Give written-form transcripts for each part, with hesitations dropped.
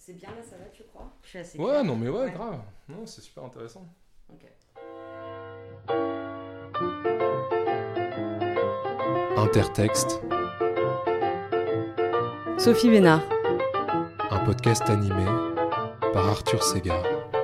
C'est bien là, ça va, tu crois? Je suis assez Ouais, claire. non mais ouais, grave. Non, c'est super intéressant. Ok. Intertexte, Sophie Bénard. un podcast animé par Arthur Segar.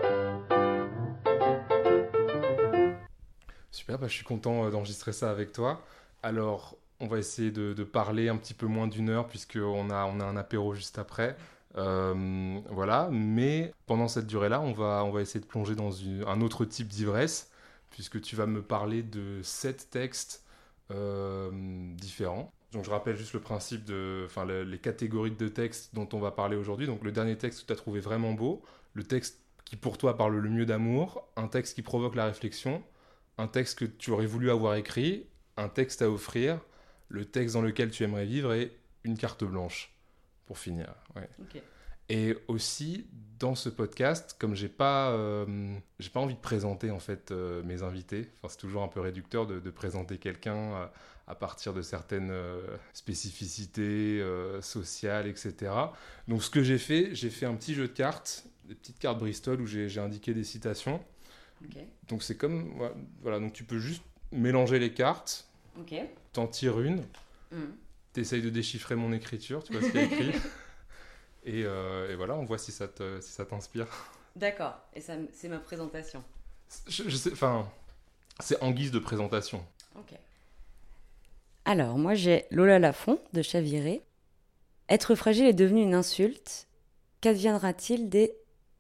Super, je suis content d'enregistrer ça avec toi. Alors, on va essayer de parler un petit peu moins d'une heure puisqu'on a un apéro juste après. Voilà, mais pendant cette durée-là, on va essayer de plonger dans un autre type d'ivresse puisque tu vas me parler de 7 textes différents. Donc je rappelle juste le principe les catégories de textes dont on va parler aujourd'hui. Donc le dernier texte que tu as trouvé vraiment beau, le texte qui pour toi parle le mieux d'amour, un texte qui provoque la réflexion, un texte que tu aurais voulu avoir écrit, un texte à offrir, le texte dans lequel tu aimerais vivre et une carte blanche pour finir. Ouais. Ok. Et aussi, dans ce podcast, comme j'ai pas envie de présenter en fait mes invités, enfin, c'est toujours un peu réducteur de présenter quelqu'un à partir de certaines spécificités sociales, etc. Donc ce que j'ai fait un petit jeu de cartes, des petites cartes Bristol où j'ai indiqué des citations. Ok. Donc c'est comme, voilà, donc tu peux juste mélanger les cartes, Ok. t'en tires une, Mhm. t'essayes de déchiffrer mon écriture, tu vois ce qu'il y a écrit. Et voilà, on voit si ça t'inspire. D'accord. Et ça, c'est ma présentation. Je sais, enfin, c'est en guise de présentation. Ok. Alors, moi, j'ai Lola Lafont de Chaviré. Être fragile est devenu une insulte. Qu'adviendra-t-il des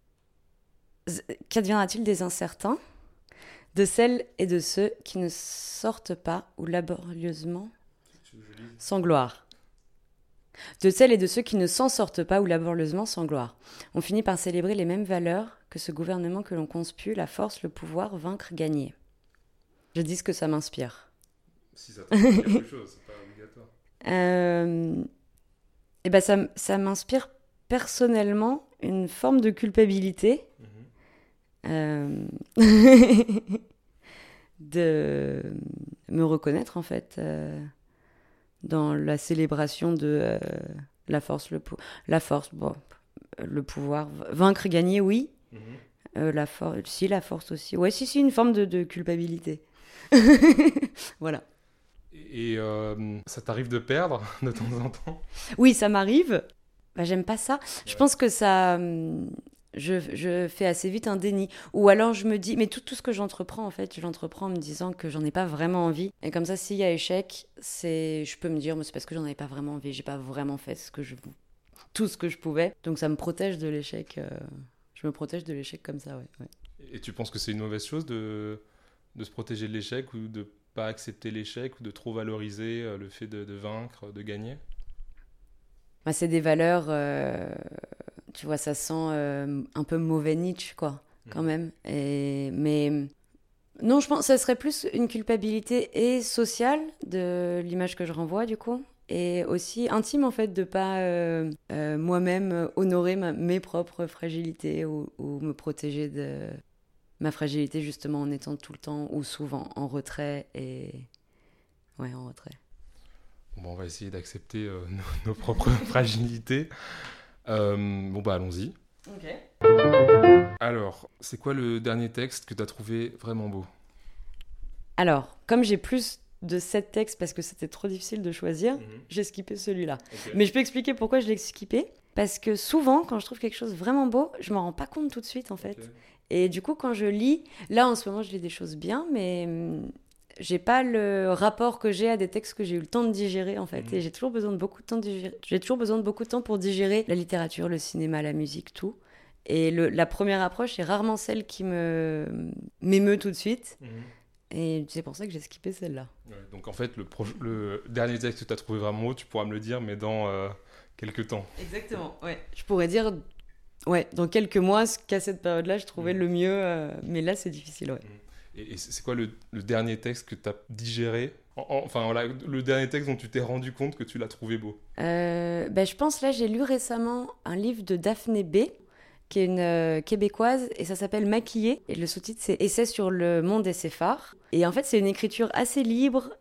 incertains, de celles et de ceux qui ne sortent pas ou laborieusement sans gloire? De celles et de ceux qui ne s'en sortent pas ou laborieusement sans gloire. On finit par célébrer les mêmes valeurs que ce gouvernement que l'on conspue, la force, le pouvoir, vaincre, gagner. Je dis ce que ça m'inspire. Si ça t'inspire quelque chose, c'est pas obligatoire. Et ben ça m'inspire personnellement une forme de culpabilité. De me reconnaître en fait dans la célébration de la force, le pouvoir, vaincre, gagner, oui. La force aussi. Ouais, si, une forme de culpabilité. Voilà. Et ça t'arrive de perdre de temps en temps? Oui, ça m'arrive. Bah, j'aime pas ça. Ouais. Je pense que ça... Je fais assez vite un déni. Ou alors je me dis... Mais tout ce que j'entreprends, en fait, je l'entreprends en me disant que j'en ai pas vraiment envie. Et comme ça, s'il y a échec, je peux me dire, mais c'est parce que j'en avais pas vraiment envie. J'ai pas vraiment fait tout ce que je pouvais. Donc ça me protège de l'échec. Je me protège de l'échec comme ça, ouais. Et tu penses que c'est une mauvaise chose de se protéger de l'échec ou de pas accepter l'échec ou de trop valoriser le fait de vaincre, de gagner? Bah, c'est des valeurs, tu vois, ça sent un peu mauvais Nietzsche, quoi, quand même. Mais non, je pense que ça serait plus une culpabilité et sociale de l'image que je renvoie, du coup, et aussi intime, en fait, de pas moi-même honorer mes propres fragilités ou me protéger de ma fragilité, justement, en étant tout le temps ou souvent en retrait Ouais, en retrait. Bon, on va essayer d'accepter nos propres fragilités. Allons-y. Ok. Alors, c'est quoi le dernier texte que tu as trouvé vraiment beau? Alors, comme j'ai plus de 7 textes parce que c'était trop difficile de choisir, j'ai skippé celui-là. Okay. Mais je peux expliquer pourquoi je l'ai skippé. Parce que souvent, quand je trouve quelque chose vraiment beau, je m'en rends pas compte tout de suite, en fait. Okay. Et du coup, quand je lis... Là, en ce moment, je lis des choses bien, mais... j'ai pas le rapport que j'ai à des textes que j'ai eu le temps de digérer en fait, et j'ai toujours besoin de beaucoup de temps j'ai toujours besoin de beaucoup de temps pour digérer la littérature, le cinéma, la musique, tout. Et la première approche est rarement celle qui m'émeut tout de suite. Et c'est pour ça que j'ai skippé celle-là. Ouais, donc en fait, le dernier texte que tu as trouvé vraiment beau, tu pourras me le dire, mais dans quelques temps. Exactement, ouais. Je pourrais dire, ouais, dans quelques mois, qu'à cette période-là, je trouvais le mieux, mais là, c'est difficile, ouais. Et c'est quoi le dernier texte que tu as digéré? Enfin, voilà, le dernier texte dont tu t'es rendu compte que tu l'as trouvé beau? Je pense, là, j'ai lu récemment un livre de Daphné B., qui est une québécoise, et ça s'appelle Maquillée. Et le sous-titre, c'est Essai sur le monde et ses phares. Et en fait, c'est une écriture assez libre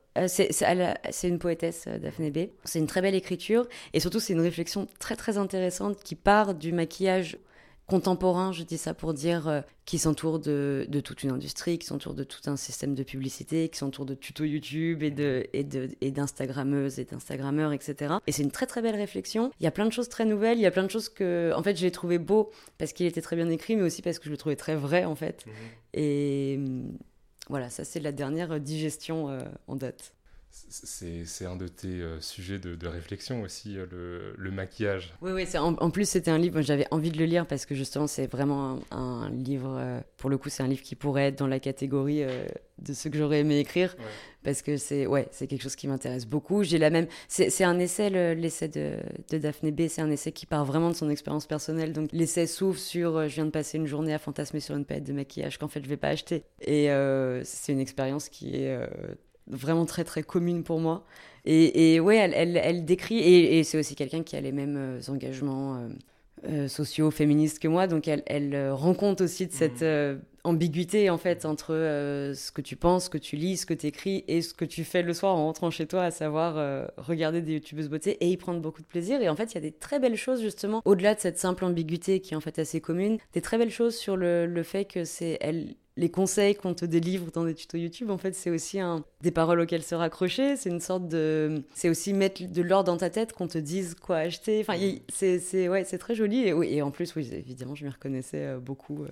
C'est une poétesse, Daphné B. C'est une très belle écriture et surtout c'est une réflexion très très intéressante qui part du maquillage contemporain, je dis ça pour dire, qui s'entoure de toute une industrie, qui s'entoure de tout un système de publicité, qui s'entoure de tutos YouTube et d'Instagrammeuses et d'Instagrammeurs, etc. Et c'est une très très belle réflexion. Il y a plein de choses très nouvelles, il y a plein de choses que, en fait, je l'ai trouvé beau parce qu'il était très bien écrit, mais aussi parce que je le trouvais très vrai, en fait. Et voilà, ça c'est la dernière digestion en date. C'est un de tes sujets de réflexion aussi, le maquillage. Oui, en plus c'était un livre, j'avais envie de le lire parce que justement c'est vraiment un livre, pour le coup c'est un livre qui pourrait être dans la catégorie de ceux que j'aurais aimé écrire, parce que c'est quelque chose qui m'intéresse beaucoup. C'est un essai, l'essai de Daphné B, c'est un essai qui part vraiment de son expérience personnelle, donc l'essai s'ouvre sur je viens de passer une journée à fantasmer sur une palette de maquillage qu'en fait je vais pas acheter. Et c'est une expérience qui est... vraiment très très commune pour moi et ouais elle décrit et c'est aussi quelqu'un qui a les mêmes engagements sociaux féministes que moi, donc elle rend compte aussi de cette ambiguïté en fait entre ce que tu penses, ce que tu lis, ce que tu écris et ce que tu fais le soir en rentrant chez toi, à savoir regarder des youtubeuses beauté et y prendre beaucoup de plaisir. Et en fait il y a des très belles choses justement au-delà de cette simple ambiguïté qui est en fait assez commune, des très belles choses sur le fait que les conseils qu'on te délivre dans des tutos YouTube, en fait, c'est aussi des paroles auxquelles se raccrocher. C'est une sorte de... C'est aussi mettre de l'ordre dans ta tête, qu'on te dise quoi acheter. Enfin, c'est très joli. Et en plus, oui, évidemment, je m'y reconnaissais beaucoup.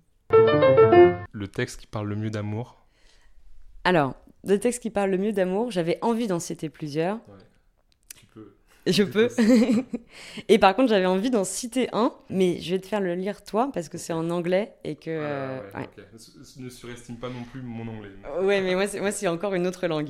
Le texte qui parle le mieux d'amour. Alors, le texte qui parle le mieux d'amour, j'avais envie d'en citer plusieurs. Ouais. Tu peux. Je peux. Et par contre, j'avais envie d'en citer un, mais je vais te faire le lire toi, parce que c'est en anglais et que... Okay. Ne surestime pas non plus mon anglais. Ouais, mais moi c'est encore une autre langue.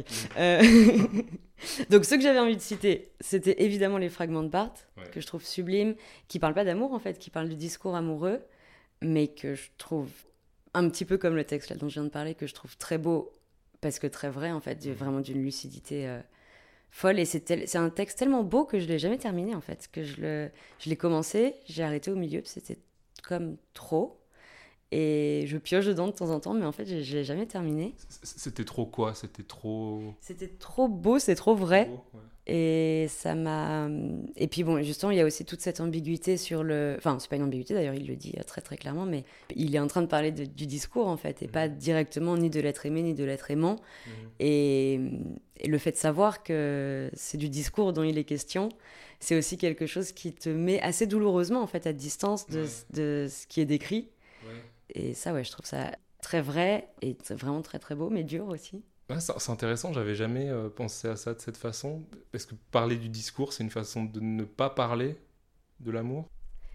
Donc, ce que j'avais envie de citer, c'était évidemment les fragments de Barthes, que je trouve sublimes, qui parlent pas d'amour, en fait, qui parlent du discours amoureux, mais que je trouve, un petit peu comme le texte là dont je viens de parler, que je trouve très beau, parce que très vrai, en fait, vraiment d'une lucidité... folle, et c'est un texte tellement beau que je l'ai jamais terminé en fait, que je l'ai commencé, j'ai arrêté au milieu, c'était comme trop, et je pioche dedans de temps en temps, mais en fait je l'ai jamais terminé. C'était trop quoi? C'était trop beau, c'est trop vrai. Trop beau, ouais. Et ça m'a... Et puis bon, justement, il y a aussi toute cette ambiguïté sur le... Enfin, c'est pas une ambiguïté, d'ailleurs, il le dit très très clairement, mais il est en train de parler du discours, en fait, et pas directement ni de l'être aimé, ni de l'être aimant. Et le fait de savoir que c'est du discours dont il est question, c'est aussi quelque chose qui te met assez douloureusement, en fait, à distance de ce qui est décrit. Ouais. Et ça, je trouve ça très vrai, et vraiment très très beau, mais dur aussi. Ouais, c'est intéressant, j'avais jamais pensé à ça de cette façon. Est-ce que parler du discours, c'est une façon de ne pas parler de l'amour?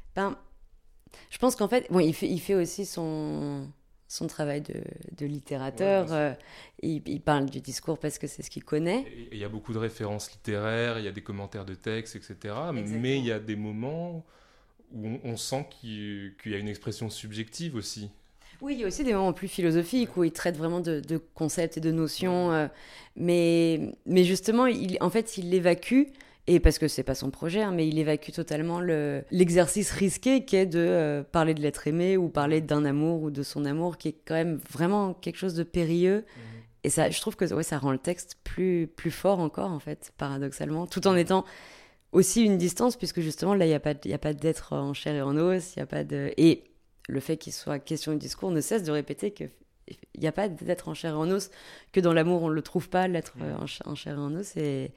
Je pense qu'en fait, il fait aussi son travail de littérateur. Ouais, il parle du discours parce que c'est ce qu'il connaît. Il y a beaucoup de références littéraires, il y a des commentaires de textes, etc. Exactement. Mais il y a des moments où on sent qu'il y a une expression subjective aussi. Oui, il y a aussi des moments plus philosophiques où il traite vraiment de concepts et de notions. Mais justement, il l'évacue, et parce que c'est pas son projet, mais il évacue totalement l'exercice risqué qu'est de parler de l'être aimé ou parler d'un amour ou de son amour, qui est quand même vraiment quelque chose de périlleux. Et ça, je trouve que ça rend le texte plus fort encore, en fait, paradoxalement, tout en étant aussi une distance, puisque justement, là, il n'y a pas d'être en chair et en os, il n'y a pas de... Et le fait qu'il soit question de discours ne cesse de répéter qu'il n'y a pas d'être en chair et en os, que dans l'amour on ne le trouve pas, l'être en chair et en os. Et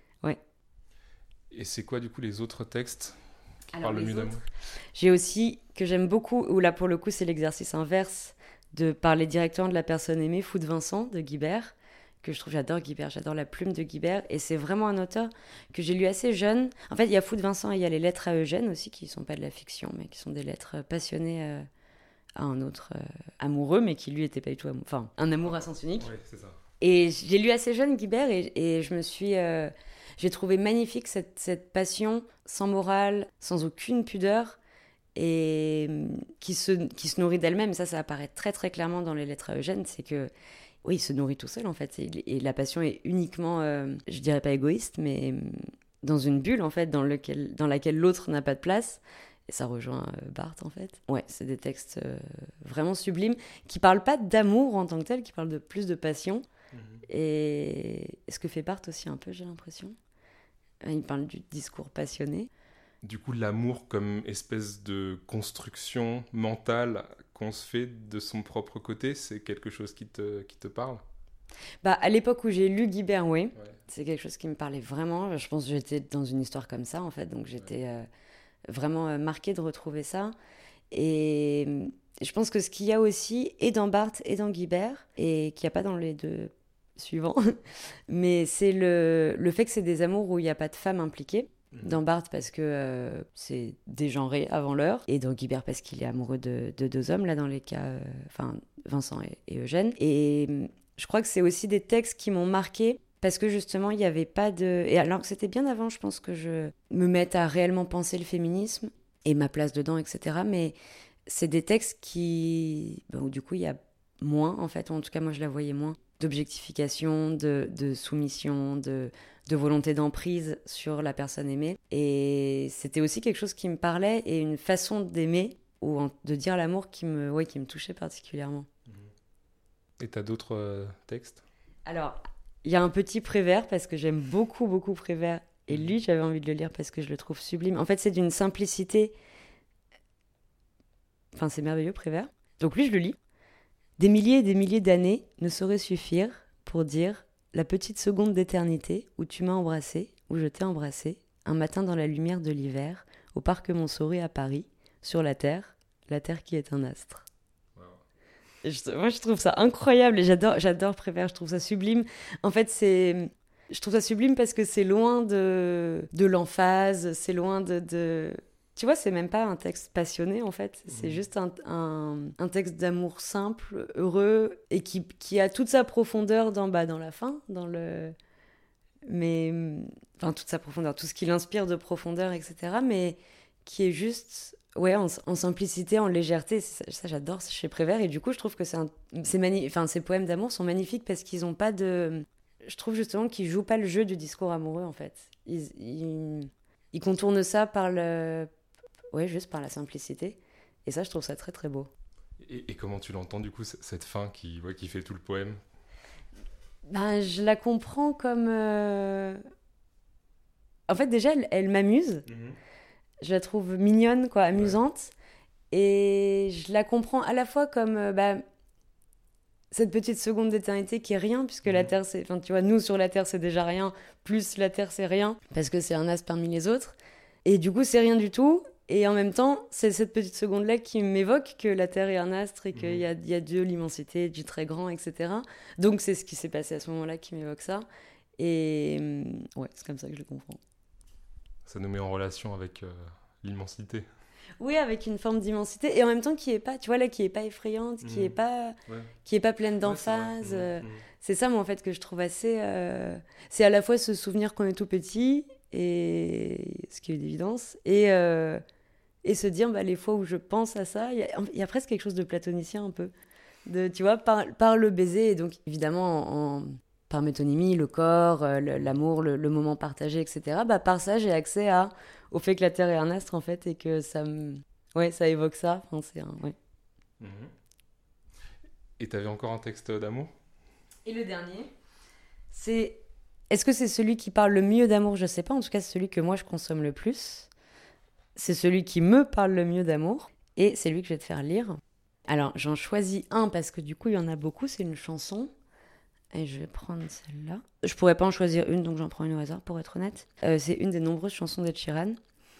c'est quoi du coup les autres textes qui parlent le mieux d'amour? J'ai aussi, que j'aime beaucoup, où là pour le coup c'est l'exercice inverse, de parler directement de la personne aimée, Fou de Vincent de Guibert, que je trouve, j'adore Guibert, j'adore la plume de Guibert, et c'est vraiment un auteur que j'ai lu assez jeune. En fait, il y a Fou de Vincent et il y a les lettres à Eugène aussi, qui ne sont pas de la fiction, mais qui sont des lettres passionnées à un autre amoureux, mais qui lui n'était pas du tout amoureux. Enfin, un amour à sens unique. Oui, c'est ça. Et j'ai lu assez jeune Guibert, et je me suis... j'ai trouvé magnifique cette passion sans morale, sans aucune pudeur, et qui se nourrit d'elle-même. Ça apparaît très très clairement dans les lettres à Eugène, c'est que oui, il se nourrit tout seul en fait, et la passion est uniquement, je dirais pas égoïste, mais dans une bulle en fait, dans laquelle l'autre n'a pas de place. Et ça rejoint Barthes en fait. Ouais, c'est des textes vraiment sublimes, qui parlent pas d'amour en tant que tel, qui parlent de plus de passion, Et ce que fait Barthes aussi un peu, j'ai l'impression. Il parle du discours passionné. Du coup, l'amour comme espèce de construction mentale qu'on se fait de son propre côté, c'est quelque chose qui te parle? À l'époque où j'ai lu Guibert, oui. C'est quelque chose qui me parlait vraiment. Je pense que j'étais dans une histoire comme ça, en fait. Donc j'étais vraiment marquée de retrouver ça. Et je pense que ce qu'il y a aussi, et dans Barthes et dans Guibert, et qu'il n'y a pas dans les deux suivants, mais c'est le fait que c'est des amours où il n'y a pas de femme impliquée. Dans Barthes parce que c'est dégenré avant l'heure, et dans Guibert parce qu'il est amoureux de deux hommes, là dans les cas, Vincent et Eugène. Et je crois que c'est aussi des textes qui m'ont marqué parce que justement il n'y avait pas de... Et alors que c'était bien avant, je pense, que je me mette à réellement penser le féminisme et ma place dedans, etc. Mais c'est des textes où du coup il y a moins, en fait, ou en tout cas moi je la voyais moins, d'objectification, de soumission, de volonté d'emprise sur la personne aimée. Et c'était aussi quelque chose qui me parlait, et une façon d'aimer ou de dire l'amour qui me touchait particulièrement. Et t'as d'autres textes? Alors, il y a un petit Prévert, parce que j'aime beaucoup, beaucoup Prévert. Et lui, j'avais envie de le lire parce que je le trouve sublime. En fait, c'est d'une simplicité... Enfin, c'est merveilleux, Prévert. Donc lui, je le lis. Des milliers et des milliers d'années ne sauraient suffire pour dire la petite seconde d'éternité où tu m'as embrassé, où je t'ai embrassé, un matin dans la lumière de l'hiver, au parc Montsouris à Paris, sur la terre qui est un astre. Wow. Moi, je trouve ça incroyable, et j'adore Prévert, je trouve ça sublime. En fait, je trouve ça sublime parce que c'est loin de l'emphase, c'est loin de... Tu vois, c'est même pas un texte passionné, en fait. C'est juste un texte d'amour simple, heureux, et qui a toute sa profondeur dans la fin, mais... Enfin, toute sa profondeur, tout ce qui l'inspire de profondeur, etc. Mais qui est juste... Ouais, en simplicité, en légèreté. Ça, j'adore chez Prévert. Et du coup, je trouve que ces poèmes d'amour sont magnifiques parce qu'ils ont pas de... Je trouve justement qu'ils jouent pas le jeu du discours amoureux, en fait. Ils contournent ça juste par la simplicité. Et ça, je trouve ça très, très beau. Et comment tu l'entends, du coup, cette fin qui fait tout le poème? Je la comprends comme... En fait, déjà, elle m'amuse. Je la trouve mignonne, quoi, amusante. Ouais. Et je la comprends à la fois comme... cette petite seconde d'éternité qui est rien, puisque la Terre, c'est... Enfin, tu vois, nous, sur la Terre, c'est déjà rien. Plus la Terre, c'est rien, parce que c'est un astre parmi les autres. Et du coup, c'est rien du tout. Et en même temps, c'est cette petite seconde-là qui m'évoque que la Terre est un astre et qu'il y a Dieu, l'immensité, du très grand, etc. Donc, c'est ce qui s'est passé à ce moment-là qui m'évoque ça. Et ouais, c'est comme ça que je le comprends. Ça nous met en relation avec l'immensité. Oui, avec une forme d'immensité. Et en même temps, qui est pas effrayante, qui est pas pleine d'emphase. C'est ça, moi, en fait, que je trouve assez... C'est à la fois se souvenir qu'on est tout petit, et ce qui est une évidence, et se dire les fois où je pense à ça, il y a presque quelque chose de platonicien un peu, tu vois, par le baiser, et donc évidemment par métonymie, le corps, l'amour, le moment partagé, etc. Par ça, j'ai accès au fait que la Terre est un astre, en fait, et que ça évoque ça. Enfin, Et t'avais encore un texte d'amour? Et le dernier, c'est... Est-ce que c'est celui qui parle le mieux d'amour? Je sais pas, en tout cas, c'est celui que moi, je consomme le plus. C'est celui qui me parle le mieux d'amour, et c'est lui que je vais te faire lire. Alors, j'en choisis un, parce que du coup, il y en a beaucoup, c'est une chanson. Et je vais prendre celle-là. Je pourrais pas en choisir une, donc j'en prends une au hasard, pour être honnête. C'est une des nombreuses chansons d'Ed Sheeran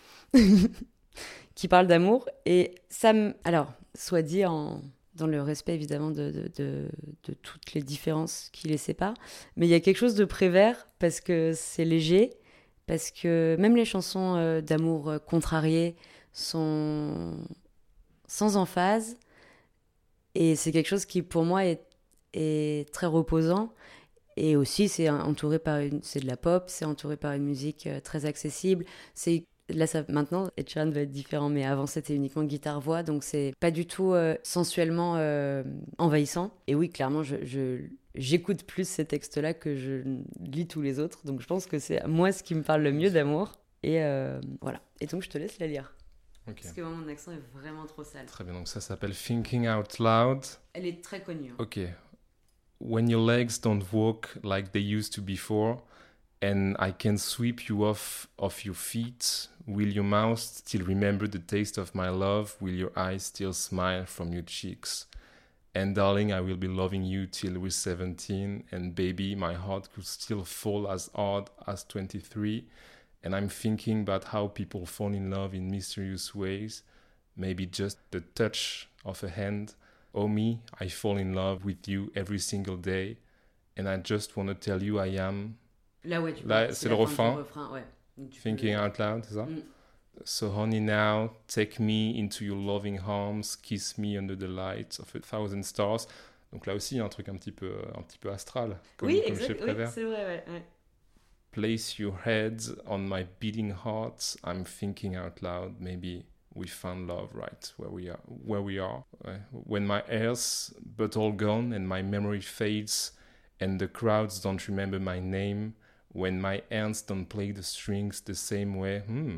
qui parle d'amour. Et ça Alors, soit dit dans le respect, évidemment, de toutes les différences qui les séparent. Mais il y a quelque chose de Prévert, parce que c'est léger, parce que même les chansons d'amour contrariées sont sans emphase. Et c'est quelque chose qui, pour moi, est très reposant, et aussi c'est de la pop, c'est entouré par une musique très accessible. Maintenant, Ed Sheeran va être différent, mais avant c'était uniquement guitare-voix, donc c'est pas du tout sensuellement envahissant. Et oui, clairement, j'écoute plus ces textes-là que je lis tous les autres, donc je pense que c'est moi ce qui me parle le mieux d'amour. Et voilà. Et donc je te laisse la lire. Okay. Parce que moi, mon accent est vraiment trop sale. Très bien, donc ça s'appelle Thinking Out Loud. Elle est très connue. Ok. when your legs don't walk like they used to before, and I can sweep you off your feet, will your mouth still remember the taste of my love? Will your eyes still smile from your cheeks? And darling, I will be loving you till we're 17, and baby, my heart could still fall as hard as 23. And I'm thinking about how people fall in love in mysterious ways. Maybe just the touch of a hand. Oh me, I fall in love with you every single day. And I just want to tell you I am... Là, ouais, c'est le refrain. Ouais. Thinking out loud, c'est ça? So honey now, take me into your loving arms, kiss me under the light of 1,000 stars. Donc là aussi, il y a un truc un petit peu astral, comme chez Prévert. Oui, c'est vrai, ouais. Place your head on my beating heart. I'm thinking out loud. Maybe we found love right where we are. When my hair's but all gone and my memory fades and the crowds don't remember my name, when my hands don't play the strings the same way,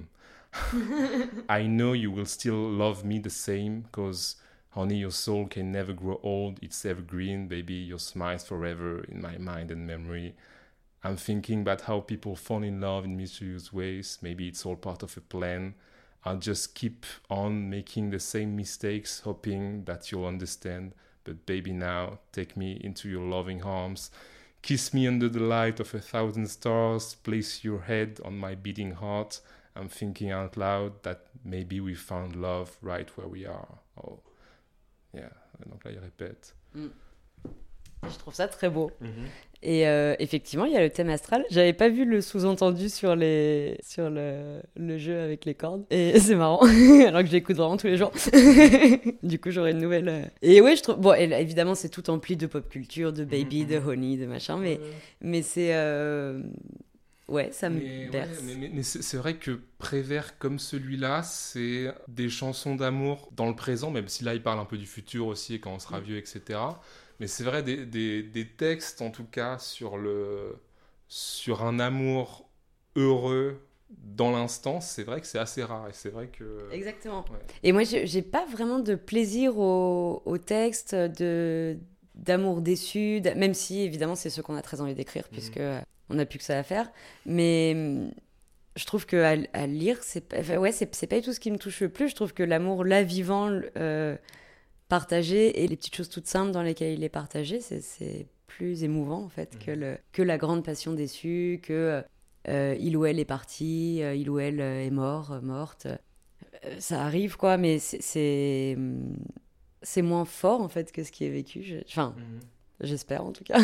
I know you will still love me the same, cause honey, your soul can never grow old. It's evergreen, baby. Your smile's forever in my mind and memory. I'm thinking about how people fall in love in mysterious ways. Maybe it's all part of a plan. I'll just keep on making the same mistakes, hoping that you'll understand. But baby, now take me into your loving arms. Kiss me under the light of 1,000 stars. Place your head on my beating heart. I'm thinking out loud that maybe we found love right where we are. Oh, yeah. Donc là, il répète. Je trouve ça très beau. Et effectivement, il y a le thème astral. J'avais pas vu le sous-entendu sur le jeu avec les cordes. Et c'est marrant, alors que j'écoute vraiment tous les jours. Du coup, j'aurai une nouvelle... Et ouais, je trouve... Bon, évidemment, c'est tout empli de pop culture, de baby, de honey, de machin. Mais c'est... Ouais, ça me berce. Mais c'est vrai que Prévert comme celui-là, c'est des chansons d'amour dans le présent, même si là, il parle un peu du futur aussi, quand on sera vieux, etc. Mais c'est vrai, des textes, en tout cas, sur un amour heureux dans l'instant, c'est vrai que c'est assez rare. Et c'est vrai que... Exactement. Ouais. Et moi, j'ai pas vraiment de plaisir au texte d'amour déçu, même si, évidemment, c'est ce qu'on a très envie d'écrire, puisque on n'a plus que ça à faire. Mais je trouve qu'à lire, c'est pas du tout ce qui me touche le plus. Je trouve que l'amour, là, vivant... partagé et les petites choses toutes simples dans lesquelles il est partagé, c'est plus émouvant en fait que la grande passion déçue, que il ou elle est parti, il ou elle est morte. Ça arrive quoi, mais c'est moins fort en fait que ce qui est vécu. J'espère en tout cas.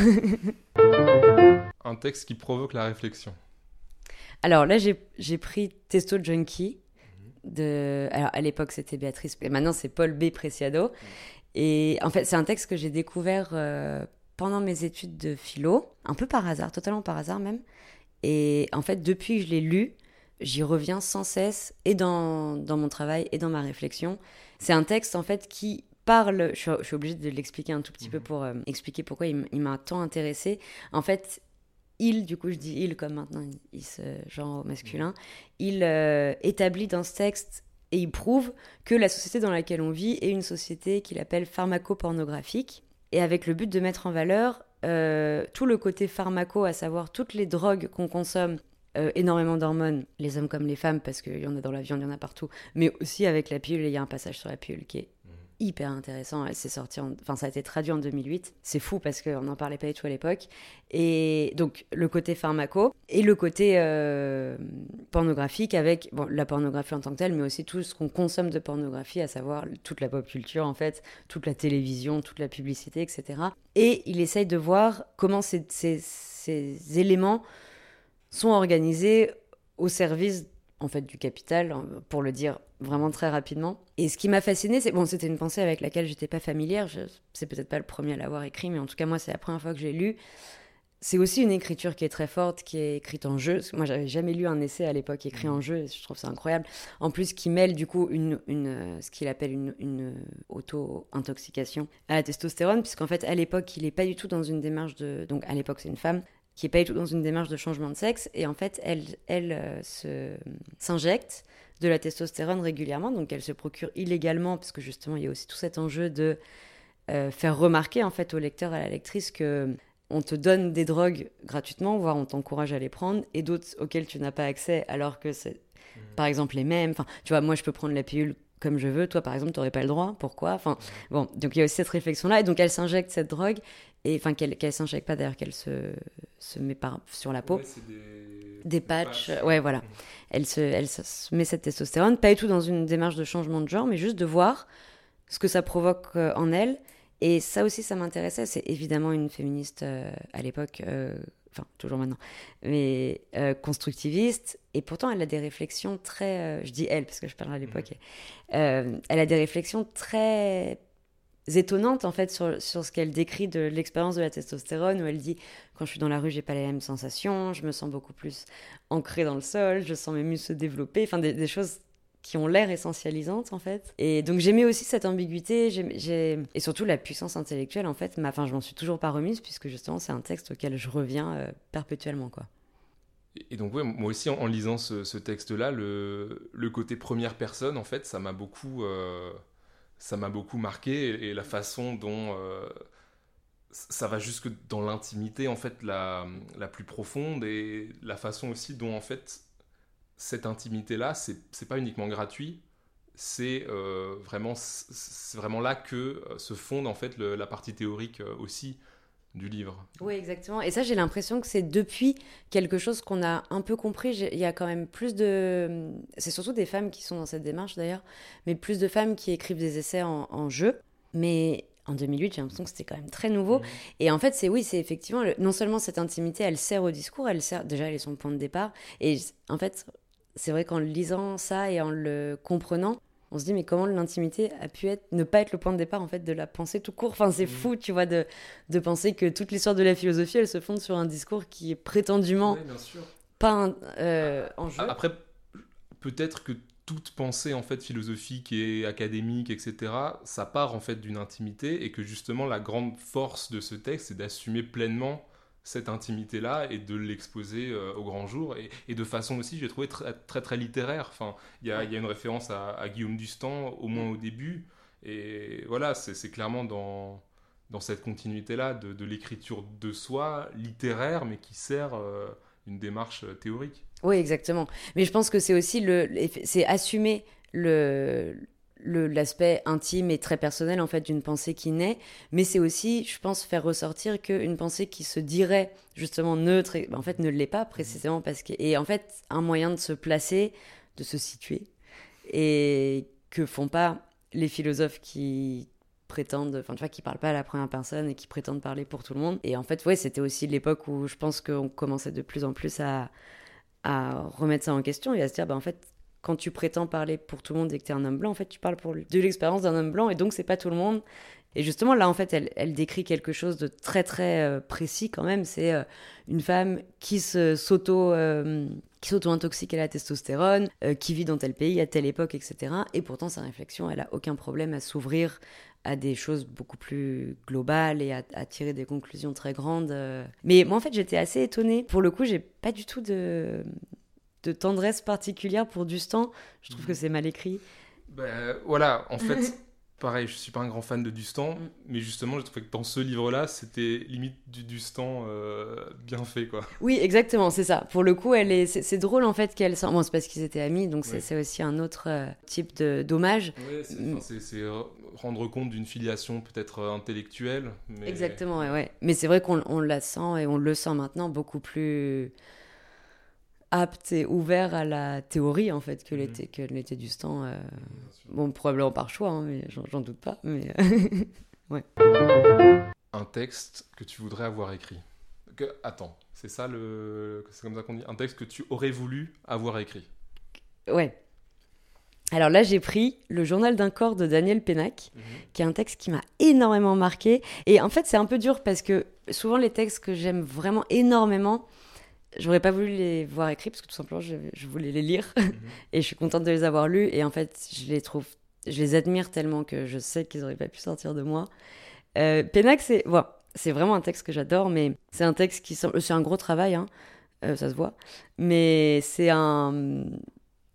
Un texte qui provoque la réflexion. Alors là, j'ai pris Testo Junkie. Alors à l'époque c'était Béatrice, et maintenant c'est Paul B. Preciado. Et en fait c'est un texte que j'ai découvert pendant mes études de philo, un peu par hasard, totalement par hasard même. Et en fait depuis que je l'ai lu, j'y reviens sans cesse, et dans mon travail et dans ma réflexion. C'est un texte en fait qui parle, je suis obligée de l'expliquer un tout petit peu pour expliquer pourquoi il m'a tant intéressée. En fait, du coup je dis il comme maintenant il se genre au masculin, il établit dans ce texte et il prouve que la société dans laquelle on vit est une société qu'il appelle pharmaco-pornographique, et avec le but de mettre en valeur tout le côté pharmaco, à savoir toutes les drogues qu'on consomme, énormément d'hormones, les hommes comme les femmes, parce qu'il y en a dans la viande, il y en a partout, mais aussi avec la pilule, et il y a un passage sur la pilule qui est hyper intéressant. Elle s'est sortie ça a été traduit en 2008. C'est fou parce qu'on n'en parlait pas du tout à l'époque. Et donc le côté pharmaco et le côté pornographique, avec la pornographie en tant que telle, mais aussi tout ce qu'on consomme de pornographie, à savoir toute la pop culture en fait, toute la télévision, toute la publicité, etc. Et il essaye de voir comment ces éléments sont organisés au service en fait du capital, pour le dire vraiment très rapidement. Et ce qui m'a fascinée, c'était une pensée avec laquelle j'étais pas familière, c'est peut-être pas le premier à l'avoir écrit, mais en tout cas moi c'est la première fois que je l'ai lu. C'est aussi une écriture qui est très forte, qui est écrite en jeu. Moi j'avais jamais lu un essai à l'époque écrit en jeu, et je trouve ça incroyable. En plus qui mêle du coup ce qu'il appelle une auto-intoxication à la testostérone, puisqu'en fait à l'époque il est pas du tout dans une démarche donc à l'époque c'est une femme, qui n'est pas du tout dans une démarche de changement de sexe, et en fait elle s'injecte de la testostérone régulièrement, donc elle se procure illégalement, parce que justement il y a aussi tout cet enjeu de faire remarquer en fait au lecteur et à la lectrice que on te donne des drogues gratuitement, voire on t'encourage à les prendre, et d'autres auxquelles tu n'as pas accès, alors que c'est, par exemple, les mêmes. Enfin, tu vois, moi, je peux prendre la pilule comme je veux. Toi, par exemple, tu n'aurais pas le droit. Pourquoi ? Enfin, bon, donc il y a aussi cette réflexion-là. Et donc, elle s'injecte cette drogue, et enfin, qu'elle s'injecte pas, d'ailleurs, qu'elle se met sur la peau. Ouais, c'est des patchs. Ouais, voilà. Elle se met cette testostérone, pas du tout dans une démarche de changement de genre, mais juste de voir ce que ça provoque en elle. Et ça aussi, ça m'intéressait. C'est évidemment une féministe à l'époque, enfin, toujours maintenant, mais constructiviste. Et pourtant, elle a des réflexions très... je dis elle, parce que je parle à l'époque. Elle a des réflexions très étonnantes, en fait, sur ce qu'elle décrit de l'expérience de la testostérone, où elle dit, quand je suis dans la rue, j'ai pas les mêmes sensations, je me sens beaucoup plus ancrée dans le sol, je sens mes muscles se développer, enfin, des choses qui ont l'air essentialisantes, en fait. Et donc, j'aimais aussi cette ambiguïté, et surtout la puissance intellectuelle, en fait. Enfin, je m'en suis toujours pas remise, puisque justement, c'est un texte auquel je reviens perpétuellement, quoi. Et donc, ouais, moi aussi, en lisant ce texte-là, le côté première personne, en fait, ça m'a beaucoup marqué, et la façon dont ça va jusque dans l'intimité, en fait, la plus profonde, et la façon aussi dont, en fait, cette intimité-là, c'est pas uniquement gratuit, c'est vraiment là que se fonde, en fait, la partie théorique aussi du livre. Oui, exactement. Et ça, j'ai l'impression que c'est depuis quelque chose qu'on a un peu compris. Il y a quand même plus de... C'est surtout des femmes qui sont dans cette démarche, d'ailleurs, mais plus de femmes qui écrivent des essais en jeu. Mais en 2008, j'ai l'impression que c'était quand même très nouveau. Et en fait, c'est effectivement... Non seulement cette intimité, elle sert au discours, déjà, elle est son point de départ. Et en fait, c'est vrai qu'en lisant ça et en le comprenant, on se dit, mais comment l'intimité a pu ne pas être le point de départ, en fait, de la pensée tout court. Enfin, c'est fou, tu vois, de penser que toute l'histoire de la philosophie, elle se fonde sur un discours qui est prétendument pas en jeu. Après, peut-être que toute pensée, en fait, philosophique et académique, etc., ça part, en fait, d'une intimité, et que, justement, la grande force de ce texte, c'est d'assumer pleinement cette intimité-là et de l'exposer au grand jour, et de façon aussi, j'ai trouvé très, très, très littéraire. Enfin, il y a une référence à Guillaume Dustan, au moins au début, et voilà, c'est clairement dans cette continuité-là de l'écriture de soi, littéraire, mais qui sert une démarche théorique. Oui, exactement. Mais je pense que c'est aussi c'est assumer l'aspect intime et très personnel, en fait, d'une pensée qui naît, mais c'est aussi, je pense, faire ressortir qu'une pensée qui se dirait justement neutre, en fait, ne l'est pas, précisément parce que... Et en fait, un moyen de se placer, de se situer, et que font pas les philosophes qui prétendent, enfin, tu vois, qui parlent pas à la première personne et qui prétendent parler pour tout le monde. Et en fait, ouais, c'était aussi l'époque où je pense qu'on commençait de plus en plus à remettre ça en question et à se dire, en fait, quand tu prétends parler pour tout le monde et que tu es un homme blanc, en fait, tu parles de l'expérience d'un homme blanc, et donc c'est pas tout le monde. Et justement, là, en fait, elle décrit quelque chose de très, très précis quand même. C'est une femme qui s'auto-intoxique à la testostérone, qui vit dans tel pays, à telle époque, etc. Et pourtant, sa réflexion, elle a aucun problème à s'ouvrir à des choses beaucoup plus globales et à tirer des conclusions très grandes. Mais moi, en fait, j'étais assez étonnée. Pour le coup, j'ai pas du tout de tendresse particulière pour Dustan. Je trouve que c'est mal écrit. Voilà, en fait, pareil, je suis pas un grand fan de Dustan, mais justement, je trouvais que dans ce livre-là, c'était limite du Dustan bien fait, quoi. Oui, exactement, c'est ça. Pour le coup, c'est drôle, en fait, qu'elle... Bon, c'est parce qu'ils étaient amis, donc c'est aussi un autre type d'hommage. Ouais, c'est rendre compte d'une filiation peut-être intellectuelle. Mais... Exactement, ouais. Mais c'est vrai qu'on la sent, et on le sent maintenant, beaucoup plus apte et ouvert à la théorie, en fait, que l'était Dustan. Bon, probablement par choix, hein, mais j'en doute pas. Mais ouais. Un texte que tu voudrais avoir écrit. Attends, c'est comme ça qu'on dit. Un texte que tu aurais voulu avoir écrit. Ouais. Alors là, j'ai pris Le journal d'un corps de Daniel Pénac, qui est un texte qui m'a énormément marqué. Et en fait, c'est un peu dur parce que souvent, les textes que j'aime vraiment énormément, j'aurais pas voulu les voir écrits parce que tout simplement, je voulais les lire. Et je suis contente de les avoir lus. Et en fait, je les admire tellement que je sais qu'ils auraient pas pu sortir de moi. Pénac, c'est vraiment un texte que j'adore, mais c'est un texte c'est un gros travail, hein, ça se voit. Mais c'est un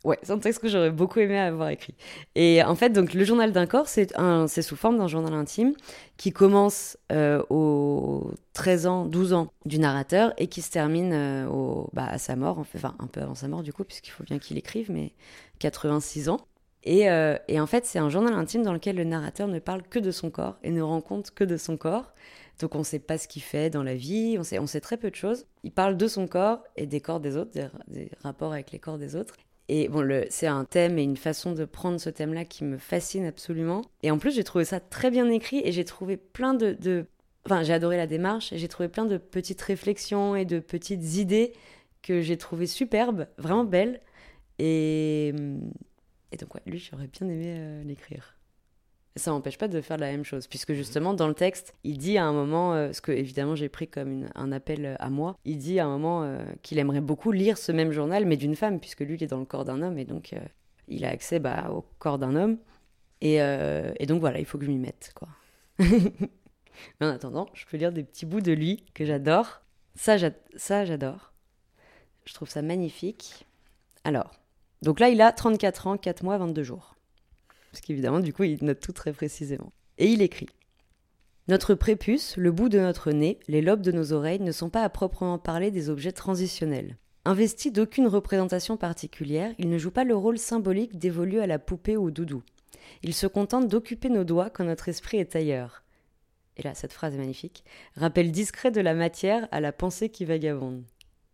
Ouais, c'est un texte que j'aurais beaucoup aimé avoir écrit. Et en fait, donc, le journal d'un corps, c'est sous forme d'un journal intime qui commence aux 13 ans, 12 ans du narrateur et qui se termine à sa mort, enfin un peu avant sa mort du coup, puisqu'il faut bien qu'il écrive, mais 86 ans. Et en fait, c'est un journal intime dans lequel le narrateur ne parle que de son corps et ne rend compte que de son corps. Donc on ne sait pas ce qu'il fait dans la vie, on sait très peu de choses. Il parle de son corps et des corps des autres, des rapports avec les corps des autres. Et bon, c'est un thème et une façon de prendre ce thème-là qui me fascine absolument. Et en plus, j'ai trouvé ça très bien écrit et j'ai trouvé plein Enfin, j'ai adoré la démarche et j'ai trouvé plein de petites réflexions et de petites idées que j'ai trouvées superbes, vraiment belles. Et donc, ouais, lui, j'aurais bien aimé l'écrire. Ça n'empêche pas de faire la même chose, puisque justement, dans le texte, il dit à un moment, ce que évidemment j'ai pris comme un appel à moi, il dit à un moment qu'il aimerait beaucoup lire ce même journal, mais d'une femme, puisque lui, il est dans le corps d'un homme, et donc il a accès au corps d'un homme. Et donc voilà, il faut que je m'y mette, quoi. Mais en attendant, je peux lire des petits bouts de lui que j'adore. Ça, j'adore. Je trouve ça magnifique. Alors, donc là, il a 34 ans, 4 mois, 22 jours. Parce qu'évidemment, du coup, il note tout très précisément. Et il écrit « Notre prépuce, le bout de notre nez, les lobes de nos oreilles ne sont pas à proprement parler des objets transitionnels. Investis d'aucune représentation particulière, ils ne jouent pas le rôle symbolique dévolu à la poupée ou au doudou. Ils se contentent d'occuper nos doigts quand notre esprit est ailleurs. » Et là, cette phrase est magnifique. « Rappel discret de la matière à la pensée qui vagabonde.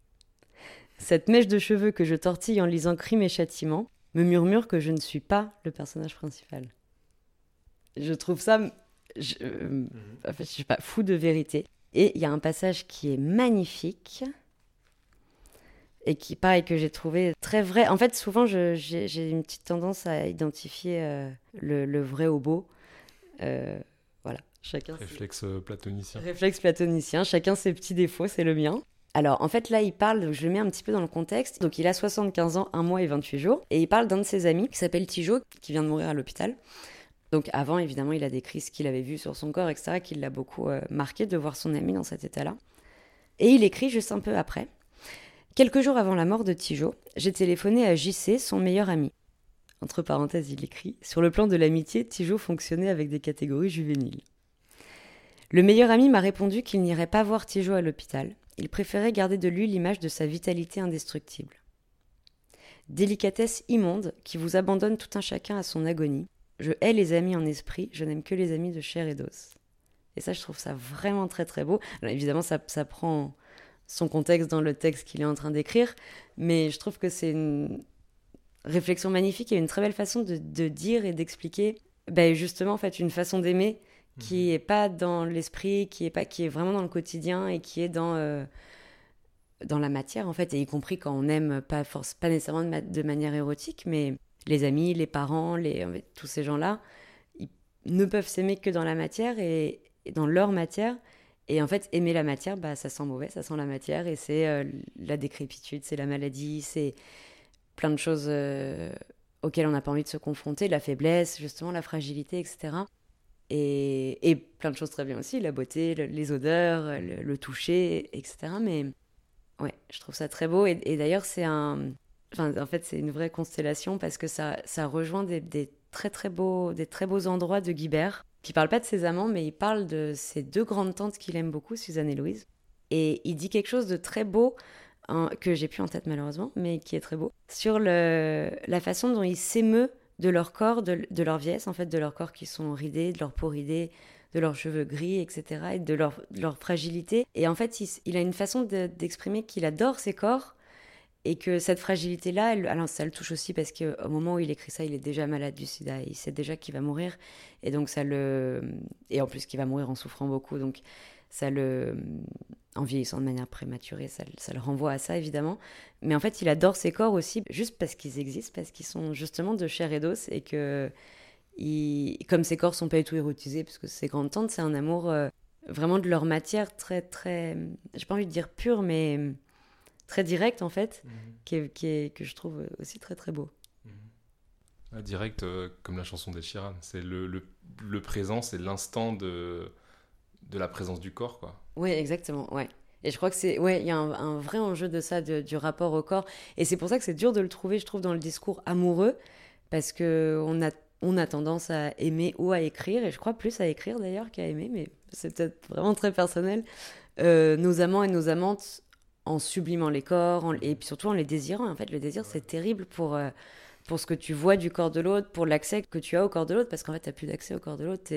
Cette mèche de cheveux que je tortille en lisant Crime et Châtiment me murmure que je ne suis pas le personnage principal. » Je trouve ça, je sais pas, fou de vérité. Et il y a un passage qui est magnifique et qui, pareil, que j'ai trouvé très vrai. En fait, souvent, j'ai une petite tendance à identifier le vrai au beau. Voilà, chacun. Réflexe platonicien. Réflexe platonicien, chacun ses petits défauts, c'est le mien. Alors, en fait, là, il parle, je le mets un petit peu dans le contexte. Donc, il a 75 ans, 1 mois et 28 jours. Et il parle d'un de ses amis qui s'appelle Tijo, qui vient de mourir à l'hôpital. Donc, avant, évidemment, il a décrit ce qu'il avait vu sur son corps, etc., qui l'a beaucoup marqué de voir son ami dans cet état-là. Et il écrit juste un peu après. « Quelques jours avant la mort de Tijo, j'ai téléphoné à JC, son meilleur ami. » Entre parenthèses, il écrit « Sur le plan de l'amitié, Tijo fonctionnait avec des catégories juvéniles. » Le meilleur ami m'a répondu qu'il n'irait pas voir Tijo à l'hôpital. Il préférait garder de lui l'image de sa vitalité indestructible. Délicatesse immonde qui vous abandonne tout un chacun à son agonie. Je hais les amis en esprit, je n'aime que les amis de chair et d'os. Et ça, je trouve ça vraiment très très beau. Alors, évidemment, ça prend son contexte dans le texte qu'il est en train d'écrire, mais je trouve que c'est une réflexion magnifique et une très belle façon de dire et d'expliquer justement en fait, une façon d'aimer qui n'est pas dans l'esprit, qui est vraiment dans le quotidien et qui est dans la matière, en fait, et y compris quand on aime, pas nécessairement de manière érotique, mais les amis, les parents, tous ces gens-là, ils ne peuvent s'aimer que dans la matière et dans leur matière. Et en fait, aimer la matière, ça sent mauvais, ça sent la matière, et c'est la décrépitude, c'est la maladie, c'est plein de choses auxquelles on n'a pas envie de se confronter, la faiblesse, justement, la fragilité, etc., et plein de choses très bien aussi, la beauté, les odeurs, le toucher, etc. Mais ouais, je trouve ça très beau. Et d'ailleurs, en fait, c'est une vraie constellation parce que ça rejoint des très beaux endroits de Guibert, qui parle pas de ses amants, mais il parle de ses 2 grandes tantes qu'il aime beaucoup, Suzanne et Louise. Et il dit quelque chose de très beau, que j'ai plus en tête malheureusement, mais qui est très beau, sur la façon dont il s'émeut de leur corps, de leur vieillesse, en fait, de leur corps qui sont ridés, de leur peau ridée, de leurs cheveux gris, etc., et de leur fragilité. Et en fait, il a une façon d'exprimer qu'il adore ses corps, et que cette fragilité-là, alors ça le touche aussi parce qu'au moment où il écrit ça, il est déjà malade du sida, il sait déjà qu'il va mourir, et donc et en plus qu'il va mourir en souffrant beaucoup, donc en vieillissant de manière prématurée, ça le renvoie à ça, évidemment. Mais en fait, il adore ses corps aussi, juste parce qu'ils existent, parce qu'ils sont justement de chair et d'os, et que, comme ses corps sont pas du tout érotisés, parce que ses grandes tantes, c'est un amour vraiment de leur matière très, très, j'ai pas envie de dire pure, mais très direct, en fait, que je trouve aussi très, très beau. Direct, comme la chanson d'Ed Sheeran. C'est le présent, c'est l'instant de la présence du corps, quoi. Oui, exactement, ouais. Et je crois que il y a un vrai enjeu de ça, du rapport au corps. Et c'est pour ça que c'est dur de le trouver, je trouve, dans le discours amoureux, parce que on a tendance à aimer ou à écrire, et je crois plus à écrire d'ailleurs qu'à aimer, mais c'est peut-être vraiment très personnel, nos amants et nos amantes en sublimant les corps, et puis surtout en les désirant. En fait, le désir, c'est terrible pour ce que tu vois du corps de l'autre, pour l'accès que tu as au corps de l'autre, parce qu'en fait, tu n'as plus d'accès au corps de l'autre,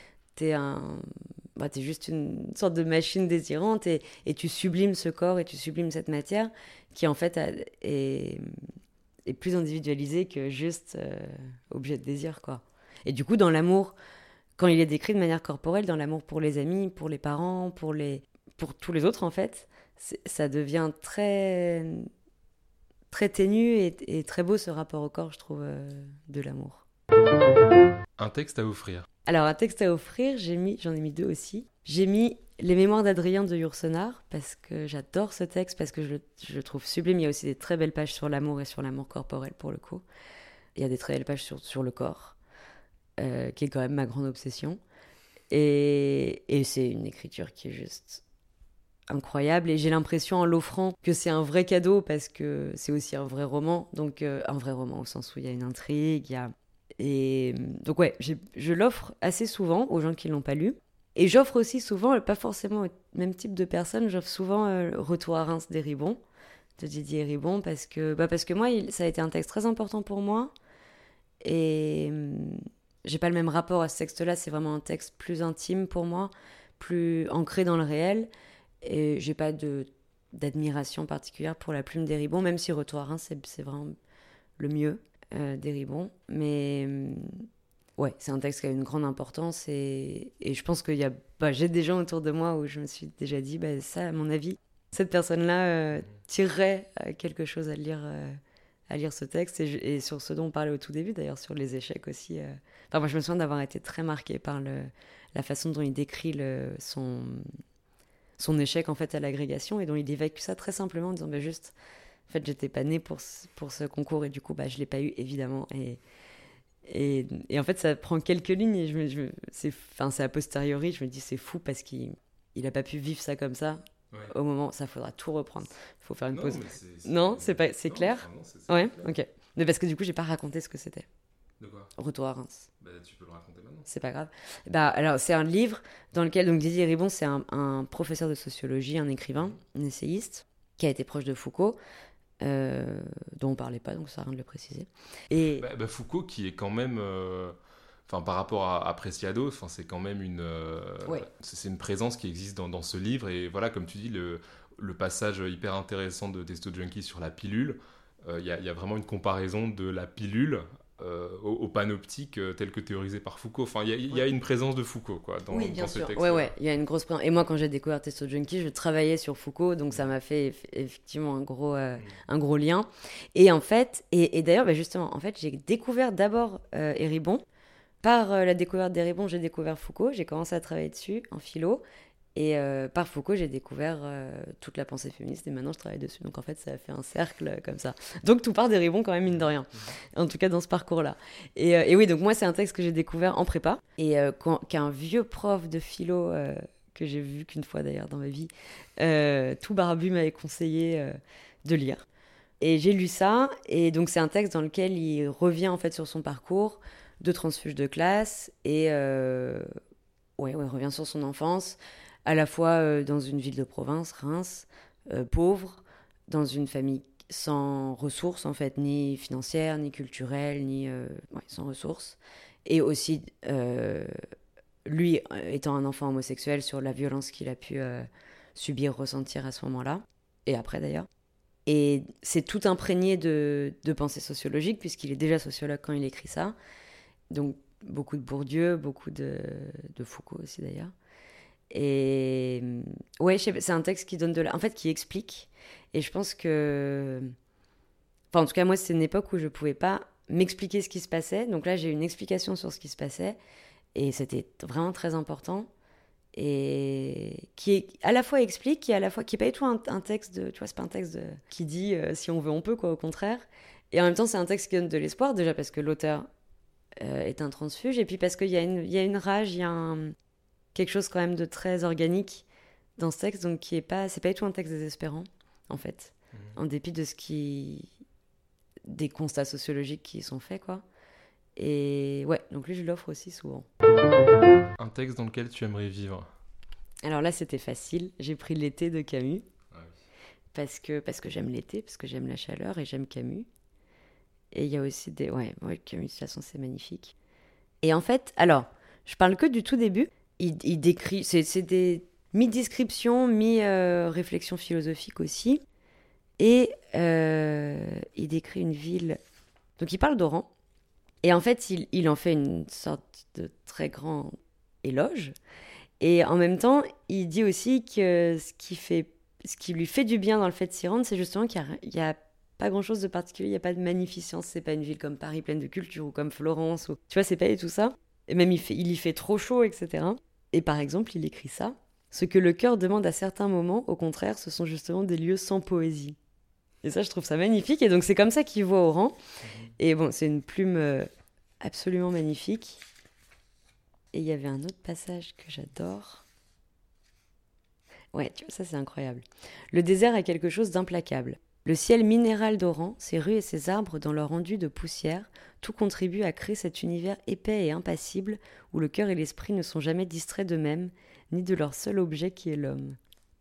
t'es juste une sorte de machine désirante et tu sublimes ce corps et tu sublimes cette matière qui en fait est plus individualisée que juste objet de désir, quoi. Et du coup, dans l'amour, quand il est décrit de manière corporelle, dans l'amour pour les amis, pour les parents, pour tous les autres en fait, ça devient très très ténu et très beau ce rapport au corps, je trouve, de l'amour. Un texte à offrir. Alors, un texte à offrir, j'en ai mis 2 aussi. J'ai mis Les Mémoires d'Adrien de Yourcenar, parce que j'adore ce texte, parce que je le trouve sublime. Il y a aussi des très belles pages sur l'amour et sur l'amour corporel, pour le coup. Il y a des très belles pages sur le corps, qui est quand même ma grande obsession. Et c'est une écriture qui est juste incroyable. Et j'ai l'impression, en l'offrant, que c'est un vrai cadeau, parce que c'est aussi un vrai roman. Donc, un vrai roman au sens où il y a une intrigue, Et donc ouais, je l'offre assez souvent aux gens qui ne l'ont pas lu. Et j'offre aussi souvent, pas forcément au même type de personnes, j'offre souvent Retour à Reims d'Héribon, de Didier Héribon, parce que moi, ça a été un texte très important pour moi. Et j'ai pas le même rapport à ce texte-là, c'est vraiment un texte plus intime pour moi, plus ancré dans le réel. Et j'ai pas d'admiration particulière pour la plume d'Héribon, même si Retour à Reims, c'est vraiment le mieux. d'Héribon. Mais ouais, c'est un texte qui a une grande importance et je pense qu'il y a... j'ai des gens autour de moi où je me suis déjà dit, ça, à mon avis, cette personne-là tirerait quelque chose à lire ce texte et sur ce dont on parlait au tout début, d'ailleurs, sur les échecs aussi. Enfin, moi, je me souviens d'avoir été très marquée par la façon dont il décrit son échec en fait à l'agrégation et dont il évacue ça très simplement en disant juste... En fait, j'étais pas née pour ce concours et du coup, je l'ai pas eu, évidemment. Et en fait, ça prend quelques lignes et c'est a posteriori, je me dis c'est fou parce qu'il a pas pu vivre ça comme ça. Ouais. Au moment, ça faudra tout reprendre. Il faut faire une pause. Non, c'est clair. Ouais, ok. Mais parce que du coup, j'ai pas raconté ce que c'était. De quoi ? Retour à Reims. Tu peux le raconter maintenant. C'est pas grave. Alors, c'est un livre dans lequel donc Didier Héribon, c'est un professeur de sociologie, un écrivain, un essayiste, qui a été proche de Foucault. Dont on parlait pas, donc ça sert à rien de le préciser. Et Foucault, qui est quand même, par rapport à Preciado, c'est quand même c'est une présence qui existe dans ce livre. Et voilà, comme tu dis, le passage hyper intéressant de Testo Junkie sur la pilule, il y a vraiment une comparaison de la pilule au panoptique tel que théorisé par Foucault. Il y a une présence de Foucault dans ce texte. Ouais, il y a une grosse présence. Et moi, quand j'ai découvert Testo Junkie, je travaillais sur Foucault, donc ça m'a fait effectivement un gros lien. Et en fait, et d'ailleurs, justement, en fait, j'ai découvert d'abord Héribon. Par la découverte d'Héribon, j'ai découvert Foucault. J'ai commencé à travailler dessus en philo. Et par Foucault, j'ai découvert toute la pensée féministe et maintenant je travaille dessus. Donc en fait, ça a fait un cercle comme ça. Donc tout part d'Héribon quand même, mine de rien. En tout cas, dans ce parcours-là. Et oui, donc moi, c'est un texte que j'ai découvert en prépa et qu'un vieux prof de philo, que j'ai vu qu'une fois d'ailleurs dans ma vie, tout barbu m'avait conseillé de lire. Et j'ai lu ça. Et donc c'est un texte dans lequel il revient en fait sur son parcours de transfuge de classe et il revient sur son enfance. À la fois dans une ville de province, Reims, pauvre, dans une famille sans ressources, en fait, ni financières, ni culturelles, sans ressources. Et aussi, lui, étant un enfant homosexuel, sur la violence qu'il a pu subir, ressentir à ce moment-là, et après d'ailleurs. Et c'est tout imprégné de pensée sociologique, puisqu'il est déjà sociologue quand il écrit ça. Donc, beaucoup de Bourdieu, beaucoup de Foucault aussi d'ailleurs. Et ouais, c'est un texte qui donne en fait, qui explique. Et je pense que... en tout cas, moi, c'est une époque où je pouvais pas m'expliquer ce qui se passait. Donc là, j'ai une explication sur ce qui se passait. Et c'était vraiment très important. Et qui à la fois explique, qui est pas du tout un texte de... Tu vois, c'est pas un texte qui dit si on veut, on peut, quoi, au contraire. Et en même temps, c'est un texte qui donne de l'espoir, déjà parce que l'auteur est un transfuge. Et puis parce qu'il y a une rage, il y a quelque chose quand même de très organique dans ce texte, donc c'est pas du tout un texte désespérant, en fait, en dépit de des constats sociologiques qui sont faits, quoi. Et ouais, donc lui, je l'offre aussi souvent. Un texte dans lequel tu aimerais vivre? Alors là, c'était facile. J'ai pris L'été de Camus. Ah oui. Parce que j'aime l'été, parce que j'aime la chaleur et j'aime Camus. Et il y a aussi des... Ouais, Camus, de toute façon, c'est magnifique. Et en fait, alors, je parle que du tout début. Il décrit... C'est des mi-descriptions, mi-réflexion philosophique aussi. Et il décrit une ville... Donc, il parle d'Oran. Et en fait, il en fait une sorte de très grand éloge. Et en même temps, il dit aussi que ce qui lui fait du bien dans le fait de s'y rendre, c'est justement qu'il y a pas grand-chose de particulier, il n'y a pas de magnificence, c'est pas une ville comme Paris pleine de culture ou comme Florence. Tu vois, c'est pas du tout ça. Et même il y fait trop chaud, etc. Et par exemple, il écrit ça. Ce que le cœur demande à certains moments, au contraire, ce sont justement des lieux sans poésie. Et ça, je trouve ça magnifique. Et donc, c'est comme ça qu'il voit Oran. Et bon, c'est une plume absolument magnifique. Et il y avait un autre passage que j'adore. Ouais, tu vois, ça c'est incroyable. Le désert a quelque chose d'implacable. Le ciel minéral d'Oran, ses rues et ses arbres dans leur enduit de poussière, tout contribue à créer cet univers épais et impassible où le cœur et l'esprit ne sont jamais distraits d'eux-mêmes, ni de leur seul objet qui est l'homme.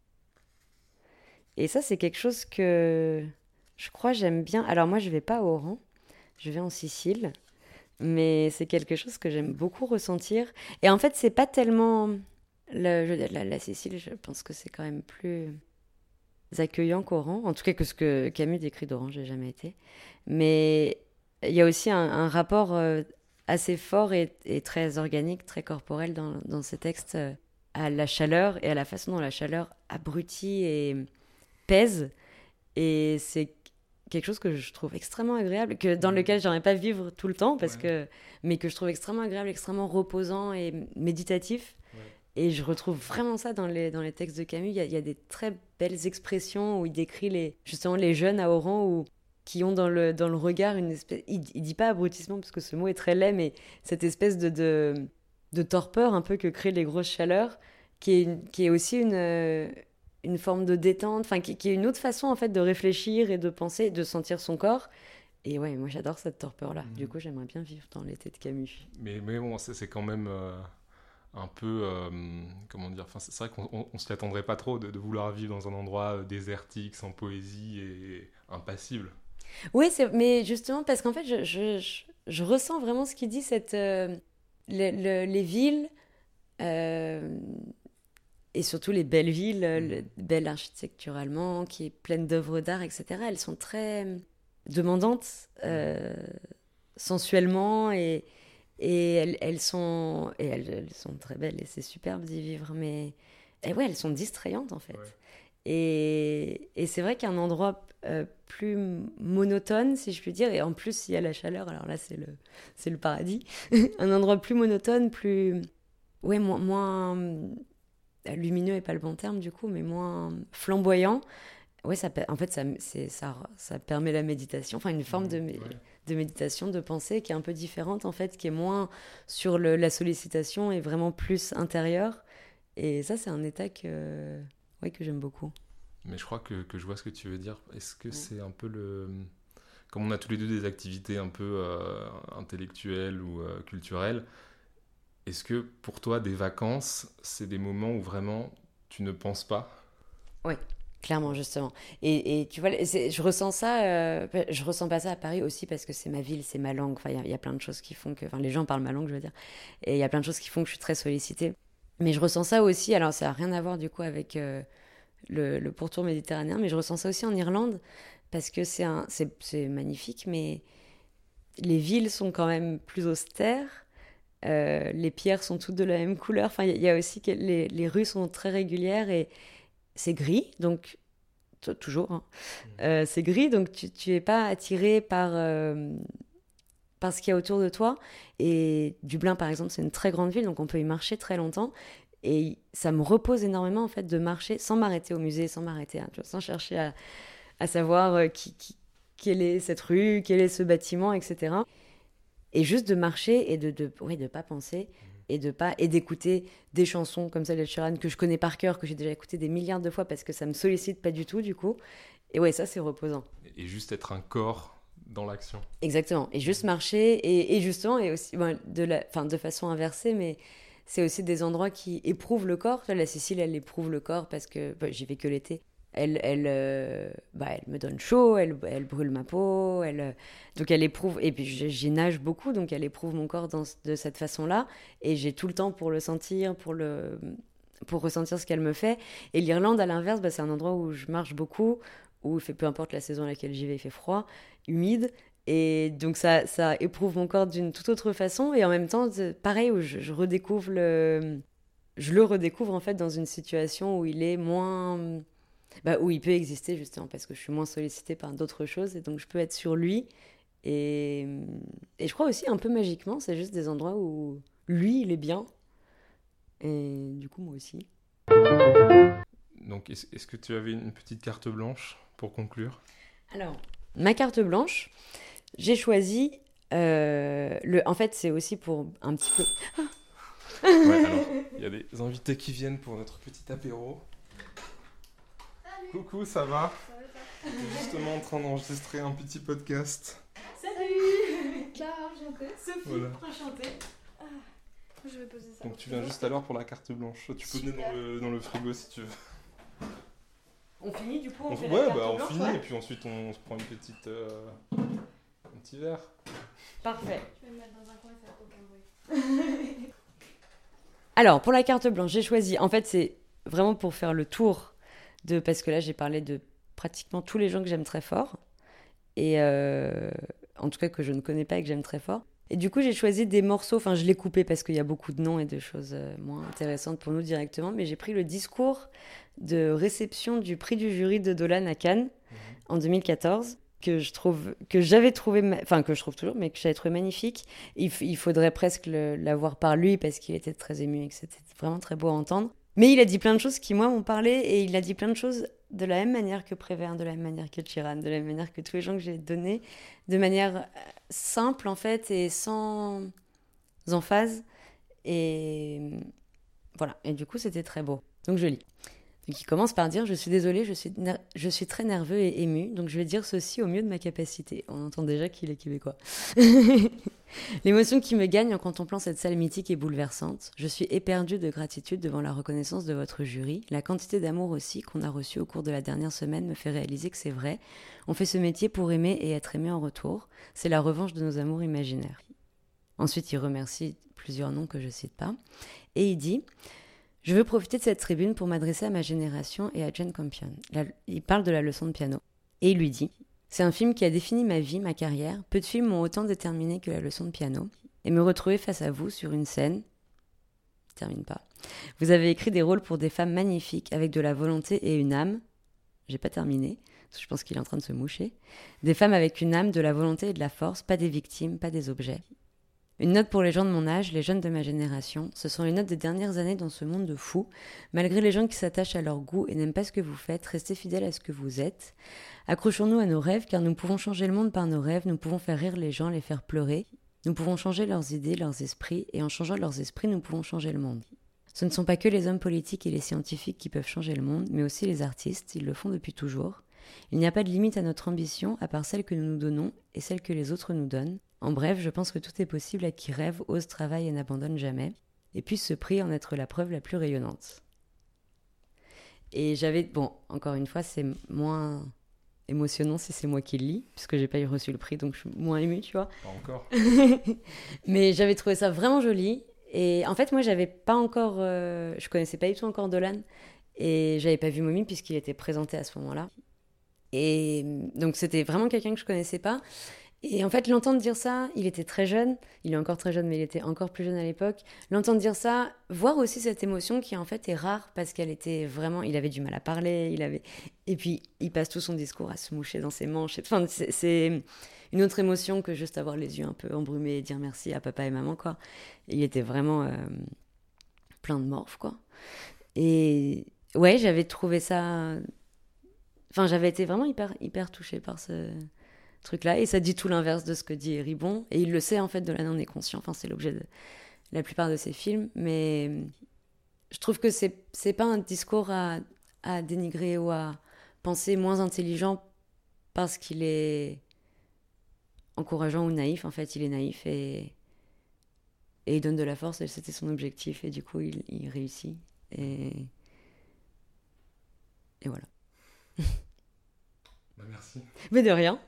Et ça, c'est quelque chose que je crois j'aime bien. Alors moi, je vais pas à Oran, je vais en Sicile. Mais c'est quelque chose que j'aime beaucoup ressentir. Et en fait, c'est pas tellement... La Sicile, je pense que c'est quand même plus accueillant qu'Oran. En tout cas, que ce que Camus décrit d'Oran, j'ai jamais été. Mais il y a aussi un rapport assez fort et très organique, très corporel dans ces textes à la chaleur et à la façon dont la chaleur abrutit et pèse. Et c'est quelque chose que je trouve extrêmement agréable, dans lequel j'aimerais pas vivre tout le temps, mais que je trouve extrêmement agréable, extrêmement reposant et méditatif. Ouais. Et je retrouve vraiment ça dans les textes de Camus. Il y a des très belles expressions où il décrit justement les jeunes à Oran qui ont dans le regard une espèce... Il dit pas abrutissement, parce que ce mot est très laid, mais cette espèce de torpeur un peu que créent les grosses chaleurs, qui est aussi une forme de détente, enfin qui est une autre façon en fait de réfléchir et de penser, de sentir son corps. Et ouais, moi j'adore cette torpeur-là. Du coup, j'aimerais bien vivre dans l'été de Camus. Mais bon, c'est quand même un peu, comment dire, enfin, c'est vrai qu'on s'y attendrait pas trop de vouloir vivre dans un endroit désertique, sans poésie et impassible. Oui, mais justement parce qu'en fait, je ressens vraiment ce qu'il dit, les villes... et surtout les belles villes, belles architecturalement, qui est pleine d'œuvres d'art, etc. Elles sont très demandantes sensuellement et elles sont très belles et c'est superbe d'y vivre. Mais ouais, elles sont distrayantes en fait. Ouais. Et c'est vrai qu'un endroit plus monotone, si je puis dire, et en plus il y a la chaleur, alors là c'est le paradis. Un endroit plus monotone, plus... Ouais, moins lumineux n'est pas le bon terme du coup, mais moins flamboyant. Ouais, en fait, ça permet la méditation, enfin une forme de méditation, de pensée qui est un peu différente en fait, qui est moins sur la sollicitation et vraiment plus intérieure. Et ça, c'est un état que j'aime beaucoup. Mais je crois que je vois ce que tu veux dire. Est-ce que c'est un peu comme on a tous les deux des activités un peu intellectuelles ou culturelles, est-ce que pour toi, des vacances, c'est des moments où vraiment tu ne penses pas? Oui, clairement, justement. Et tu vois, je ressens ça, je ressens pas ça à Paris aussi parce que c'est ma ville, c'est ma langue. Enfin, il y a plein de choses qui font que... Enfin, les gens parlent ma langue, je veux dire. Et il y a plein de choses qui font que je suis très sollicitée. Mais je ressens ça aussi, alors ça n'a rien à voir du coup avec le pourtour méditerranéen, mais je ressens ça aussi en Irlande parce que c'est magnifique, mais les villes sont quand même plus austères. Les pierres sont toutes de la même couleur. Enfin, il y a aussi que les rues sont très régulières et c'est gris, donc toujours. Hein. C'est gris, donc tu es pas attiré par ce qu'il y a autour de toi. Et Dublin, par exemple, c'est une très grande ville, donc on peut y marcher très longtemps. Et ça me repose énormément en fait de marcher sans m'arrêter au musée, sans m'arrêter, sans chercher à savoir quelle est cette rue, quel est ce bâtiment, etc. Et juste de marcher et de pas penser et d'écouter des chansons comme celle de Sheeran que je connais par cœur, que j'ai déjà écouté des milliards de fois parce que ça me sollicite pas du tout du coup. Et ouais, ça c'est reposant. Et juste être un corps dans l'action. Exactement. Et juste marcher et justement, et aussi de façon inversée, mais c'est aussi des endroits qui éprouvent le corps. La Sicile, elle éprouve le corps parce que j'y vais que l'été. Elle me donne chaud, elle brûle ma peau, donc elle éprouve, et puis j'y nage beaucoup, donc elle éprouve mon corps de cette façon-là, et j'ai tout le temps pour le sentir, pour ressentir ce qu'elle me fait. Et l'Irlande, à l'inverse, c'est un endroit où je marche beaucoup, où il fait, peu importe la saison à laquelle j'y vais, il fait froid, humide, et donc ça éprouve mon corps d'une toute autre façon, et en même temps, pareil, où je redécouvre je le redécouvre en fait dans une situation où il est moins... où il peut exister justement parce que je suis moins sollicitée par d'autres choses et donc je peux être sur lui et je crois aussi un peu magiquement, c'est juste des endroits où lui il est bien et du coup moi aussi. Donc est-ce que tu avais une petite carte blanche pour conclure? Alors, ma carte blanche, j'ai choisi en fait c'est aussi pour un petit peu... Ouais, alors il y a des invités qui viennent pour notre petit apéro. Coucou, ça va? On est justement en train d'enregistrer un petit podcast. Salut Clara, enchantée. Sophie, voilà. enchantée. Je vais poser ça. Donc tu viens juste à l'heure pour la carte blanche. Tu peux venir dans le frigo si tu veux. On finit du coup, on fait ouais, la carte on blanche, finit ouais. et puis ensuite on se prend une petite, un petit verre. Parfait. Je vais me mettre dans un coin et faire aucun bruit. Alors, pour la carte blanche, j'ai choisi... En fait, c'est vraiment pour faire le tour parce que là, j'ai parlé de pratiquement tous les gens que j'aime très fort. Et en tout cas, que je ne connais pas et que j'aime très fort. Et du coup, j'ai choisi des morceaux... Enfin, je l'ai coupé parce qu'il y a beaucoup de noms et de choses moins intéressantes pour nous directement. Mais j'ai pris le discours de réception du prix du jury de Dolan à Cannes en 2014. Que je trouve que je trouve toujours, mais que j'avais trouvé magnifique. Il faudrait presque l'avoir par lui parce qu'il était très ému et que c'était vraiment très beau à entendre. Mais il a dit plein de choses qui, moi, m'ont parlé, et il a dit plein de choses de la même manière que Prévert, de la même manière que Sheeran, de la même manière que tous les gens que j'ai donnés, de manière simple, en fait, et sans emphase. Et voilà. Et du coup, c'était très beau. Donc, je lis. Donc il commence par dire « Je suis désolée, je suis très nerveux et ému, donc je vais dire ceci au mieux de ma capacité. » On entend déjà qu'il est québécois. L'émotion qui me gagne en contemplant cette salle mythique et bouleversante. Je suis éperdue de gratitude devant la reconnaissance de votre jury. La quantité d'amour aussi qu'on a reçu au cours de la dernière semaine me fait réaliser que c'est vrai. On fait ce métier pour aimer et être aimé en retour. C'est la revanche de nos amours imaginaires. Ensuite, il remercie plusieurs noms que je cite pas. Et il dit... Je veux profiter de cette tribune pour m'adresser à ma génération et à Jane Campion. Il parle de la leçon de piano. Et il lui dit « C'est un film qui a défini ma vie, ma carrière. Peu de films m'ont autant déterminé que la leçon de piano. Et me retrouver face à vous sur une scène... » Je termine pas. « Vous avez écrit des rôles pour des femmes magnifiques avec de la volonté et une âme. » J'ai pas terminé, parce que je pense qu'il est en train de se moucher. « Des femmes avec une âme, de la volonté et de la force, pas des victimes, pas des objets. » Une note pour les gens de mon âge, les jeunes de ma génération. Ce sont les notes des dernières années dans ce monde de fous. Malgré les gens qui s'attachent à leur goût et n'aiment pas ce que vous faites, restez fidèles à ce que vous êtes. Accrochons-nous à nos rêves, car nous pouvons changer le monde par nos rêves, nous pouvons faire rire les gens, les faire pleurer. Nous pouvons changer leurs idées, leurs esprits, et en changeant leurs esprits, nous pouvons changer le monde. Ce ne sont pas que les hommes politiques et les scientifiques qui peuvent changer le monde, mais aussi les artistes, ils le font depuis toujours. Il n'y a pas de limite à notre ambition, à part celle que nous nous donnons et celle que les autres nous donnent. En bref, je pense que tout est possible à qui rêve, ose, travaille et n'abandonne jamais, et puisse ce prix en être la preuve la plus rayonnante. Et encore une fois, c'est moins émotionnant si c'est moi qui le lis, puisque j'ai pas reçu le prix, donc je suis moins émue, tu vois. Pas encore. Mais j'avais trouvé ça vraiment joli, et en fait, moi, j'avais pas encore... je connaissais pas du tout encore Dolan, et j'avais pas vu Mommy puisqu'il était présenté à ce moment-là. Et donc, c'était vraiment quelqu'un que je connaissais pas. Et en fait, l'entendre dire ça, il était très jeune, il est encore très jeune, mais il était encore plus jeune à l'époque. L'entendre dire ça, voir aussi cette émotion qui en fait est rare parce qu'elle était vraiment... Il avait du mal à parler, et puis il passe tout son discours à se moucher dans ses manches. Enfin, c'est une autre émotion que juste avoir les yeux un peu embrumés et dire merci à papa et maman, quoi. Il était vraiment plein de morphes, quoi. Et ouais, j'avais trouvé ça... Enfin, j'avais été vraiment hyper touchée par truc-là. Et ça dit tout l'inverse de ce que dit Ribon. Et il le sait, en fait, Dolan en est conscient. Enfin, c'est l'objet de la plupart de ses films. Mais je trouve que c'est pas un discours à dénigrer ou à penser moins intelligent parce qu'il est encourageant ou naïf. En fait, il est naïf et il donne de la force. Et c'était son objectif. Et du coup, il réussit. Et voilà. Merci. Mais de rien.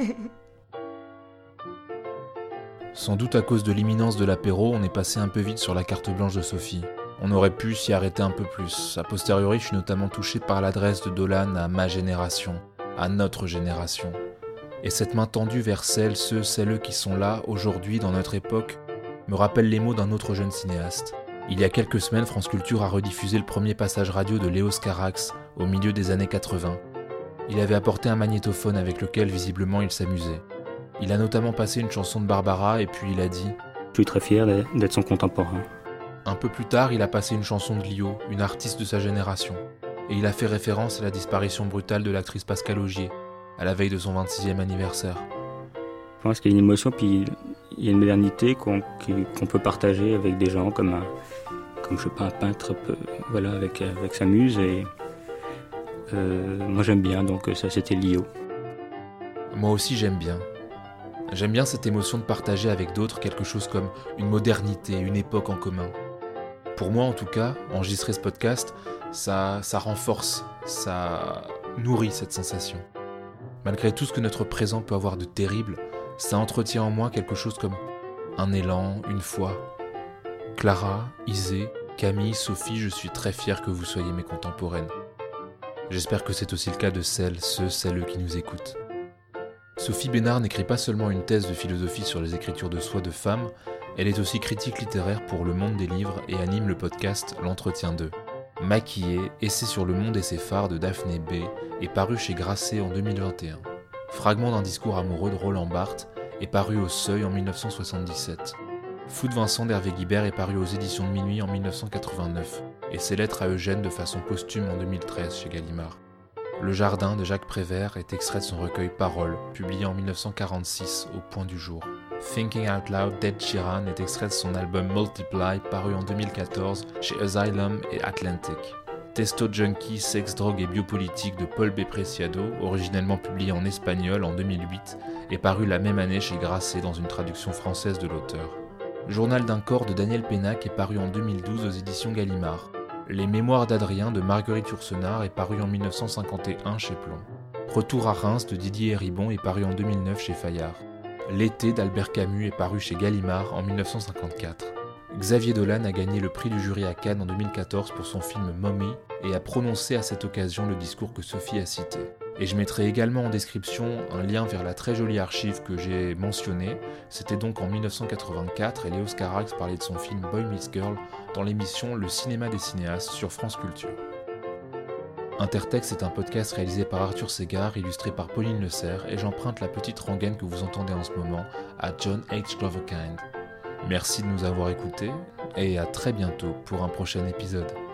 Sans doute à cause de l'imminence de l'apéro, on est passé un peu vite sur la carte blanche de Sophie. On aurait pu s'y arrêter un peu plus. A posteriori, je suis notamment touché par l'adresse de Dolan à ma génération, à notre génération. Et cette main tendue vers celles qui sont là, aujourd'hui, dans notre époque, me rappelle les mots d'un autre jeune cinéaste. Il y a quelques semaines, France Culture a rediffusé le premier passage radio de Léos Carax, au milieu des années 80. Il avait apporté un magnétophone avec lequel, visiblement, il s'amusait. Il a notamment passé une chanson de Barbara et puis il a dit « Je suis très fier d'être son contemporain ». Un peu plus tard, il a passé une chanson de Lio, une artiste de sa génération. Et il a fait référence à la disparition brutale de l'actrice Pascale Augier, à la veille de son 26e anniversaire. Je pense qu'il y a une émotion, puis il y a une modernité qu'on peut partager avec des gens comme je sais pas, un peintre voilà, avec sa muse. Et moi j'aime bien, donc ça c'était Lio. Moi aussi j'aime bien. J'aime bien cette émotion de partager avec d'autres quelque chose comme une modernité, une époque en commun. Pour moi en tout cas, enregistrer ce podcast, ça renforce, ça nourrit cette sensation. Malgré tout ce que notre présent peut avoir de terrible, ça entretient en moi quelque chose comme un élan, une foi. Clara, Isée, Camille, Sophie, je suis très fier que vous soyez mes contemporaines. J'espère que c'est aussi le cas de celles qui nous écoutent. Sophie Bénard n'écrit pas seulement une thèse de philosophie sur les écritures de soi de femmes, elle est aussi critique littéraire pour Le Monde des Livres et anime le podcast L'Entretien d'eux. Maquillée, essai sur le monde et ses phares de Daphné B. est paru chez Grasset en 2021. Fragment d'un discours amoureux de Roland Barthes est paru au Seuil en 1977. Fou de Vincent d'Hervé Guibert est paru aux éditions de Minuit en 1989 et ses lettres à Eugène de façon posthume en 2013 chez Gallimard. Le Jardin de Jacques Prévert est extrait de son recueil Paroles, publié en 1946 au Point du Jour. Thinking Out Loud d'Ed Sheeran est extrait de son album Multiply, paru en 2014 chez Asylum et Atlantic. Testo Junkie, Sexe, Drogue et Biopolitique de Paul B. Preciado, originellement publié en espagnol en 2008, est paru la même année chez Grasset dans une traduction française de l'auteur. Journal d'un corps de Daniel Pénac est paru en 2012 aux éditions Gallimard. Les Mémoires d'Adrien de Marguerite Yourcenar est paru en 1951 chez Plomb. Retour à Reims de Didier Héribon est paru en 2009 chez Fayard. L'été d'Albert Camus est paru chez Gallimard en 1954. Xavier Dolan a gagné le prix du jury à Cannes en 2014 pour son film Mommy et a prononcé à cette occasion le discours que Sophie a cité. Et je mettrai également en description un lien vers la très jolie archive que j'ai mentionnée. C'était donc en 1984 et Léos Carax parlait de son film Boy Meets Girl dans l'émission Le cinéma des cinéastes sur France Culture. Intertexte est un podcast réalisé par Arthur Ségard, illustré par Pauline Le Serre, et j'emprunte la petite rengaine que vous entendez en ce moment à John H. Gloverkind. Merci de nous avoir écoutés et à très bientôt pour un prochain épisode.